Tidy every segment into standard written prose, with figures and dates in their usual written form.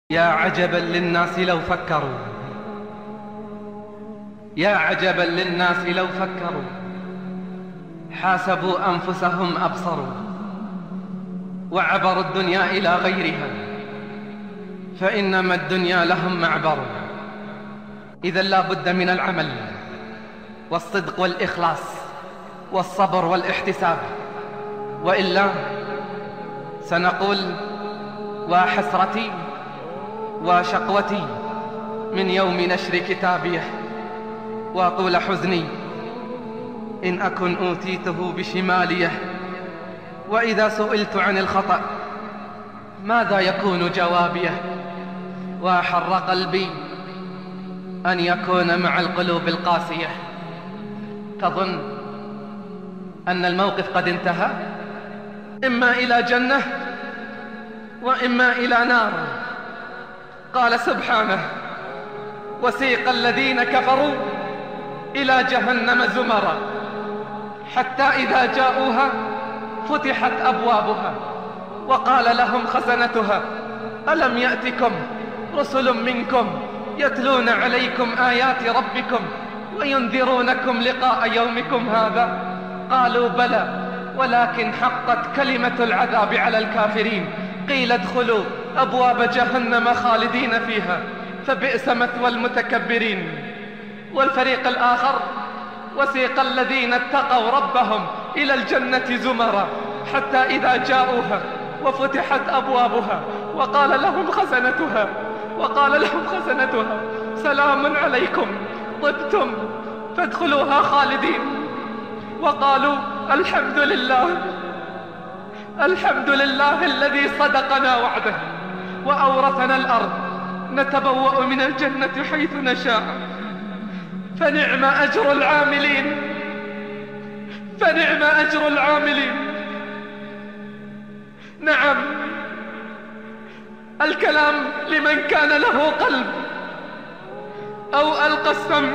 يا عجبا للناس لو فكروا، يا عجبا للناس لو فكروا، حاسبوا أنفسهم أبصروا، وعبروا الدنيا إلى غيرها، فإنما الدنيا لهم معبر. إذا لا بد من العمل والصدق والإخلاص والصبر والاحتساب، وإلا سنقول وحسرتي وشقوتي من يوم نشر كتابيه، وطول حزني إن أكن أوتيته بشماليه. وإذا سئلت عن الخطأ ماذا يكون جوابيه؟ وحر قلبي أن يكون مع القلوب القاسية. تظن أن الموقف قد انتهى، إما إلى جنة وإما إلى نار. قال سبحانه: وسيق الذين كفروا إلى جهنم زمرا حتى إذا جاءوها فتحت أبوابها وقال لهم خزنتها ألم يأتكم رسل منكم يتلون عليكم آيات ربكم وينذرونكم لقاء يومكم هذا؟ قالوا بلى ولكن حقت كلمة العذاب على الكافرين قيل ادخلوا أبواب جهنم خالدين فيها فبئس مثوى المتكبرين. والفريق الآخر: وسيق الذين اتقوا ربهم إلى الجنة زمرا حتى إذا جاءوها وفتحت أبوابها وقال لهم خزنتها سلام عليكم طبتم فادخلوها خالدين. وقالوا الحمد لله الذي صدقنا وعده وأورثنا الأرض نتبوأ من الجنة حيث نشاء فنعم أجر العاملين. نعم، الكلام لمن كان له قلب أو ألقى السمع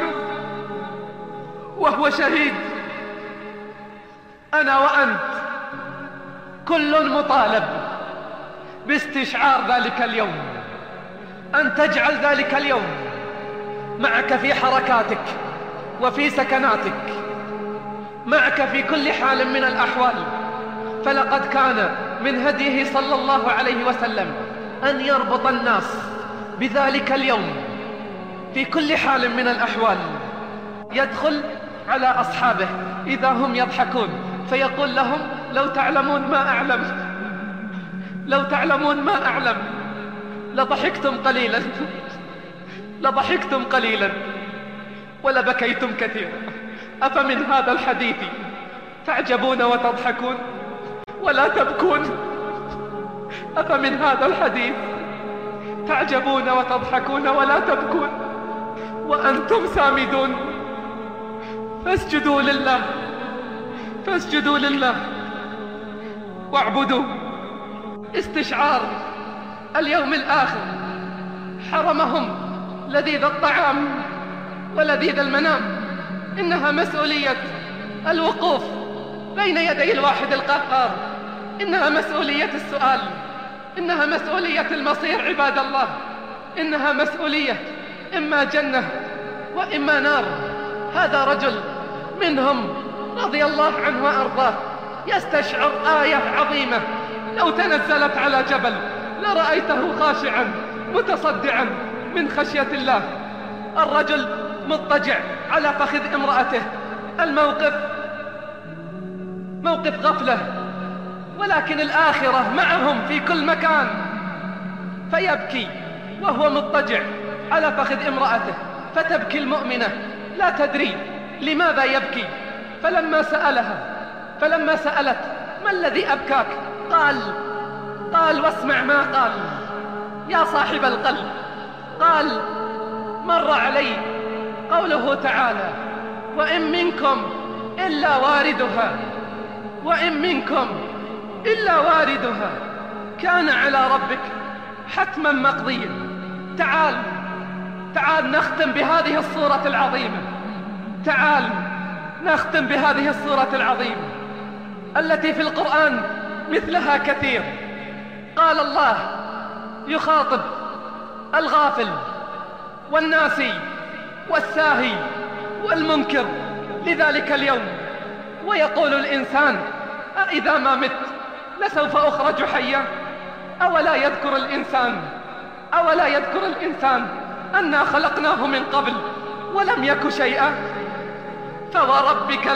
وهو شهيد. أنا وأنت كل مطالب باستشعار ذلك اليوم، أن تجعل ذلك اليوم معك في حركاتك وفي سكناتك، معك في كل حال من الأحوال. فلقد كان من هديه صلى الله عليه وسلم أن يربط الناس بذلك اليوم في كل حال من الأحوال. يدخل على أصحابه إذا هم يضحكون فيقول لهم: لو تعلمون ما أعلم لضحكتم قليلا ولبكيتم كثيرا. أفمن هذا الحديث تعجبون وتضحكون ولا تبكون؟ أفمن هذا الحديث تعجبون وتضحكون ولا تبكون وأنتم سامدون؟ فاسجدوا لله واعبدوا. استشعار اليوم الآخر حرمهم لذيذ الطعام ولذيذ المنام. إنها مسؤولية الوقوف بين يدي الواحد القهار، إنها مسؤولية السؤال، إنها مسؤولية المصير عباد الله، إنها مسؤولية إما جنة وإما نار. هذا رجل منهم رضي الله عنه وأرضاه يستشعر آية عظيمة لو تنزلت على جبل لرأيته خاشعا متصدعا من خشية الله. الرجل مضطجع على فخذ امرأته، الموقف موقف غفلة، ولكن الآخرة معهم في كل مكان. فيبكي وهو مضطجع على فخذ امرأته، فتبكي المؤمنة لا تدري لماذا يبكي. فلما سألت: ما الذي أبكاك؟ قال واسمع ما قال يا صاحب القلب. قال: مر علي قوله تعالى: وإن منكم إلا واردها كان على ربك حتما مقضيا. تعال نختم بهذه الصورة العظيمة التي في القرآن مثلها كثير. قال الله يخاطب الغافل والناسي والساهي والمنكر لذلك اليوم. ويقول الإنسان: أإذا ما مت لسوف أخرج حيا؟ أولا يذكر الإنسان أنا خلقناه من قبل ولم يك شيئا. فوربك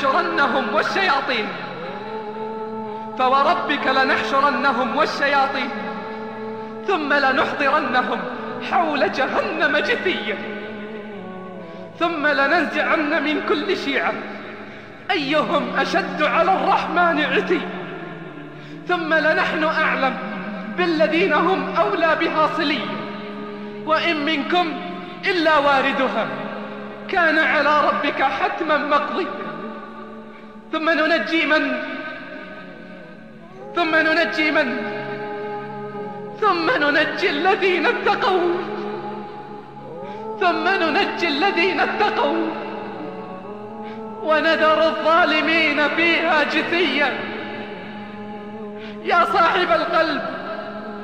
لنحشرنهم والشياطين ثم لنحضرنهم حول جهنم جثيا ثم لننزعن من كل شيعة أيهم أشد على الرحمن عتيا ثم لنحن أعلم بالذين هم أولى بها صليا وإن منكم إلا واردها كان على ربك حتما مقضيا ثم ننجي الذين اتقوا ونذر الظالمين فيها جثيا. يا صاحب القلب،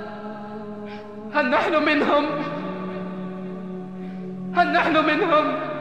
هل نحن منهم؟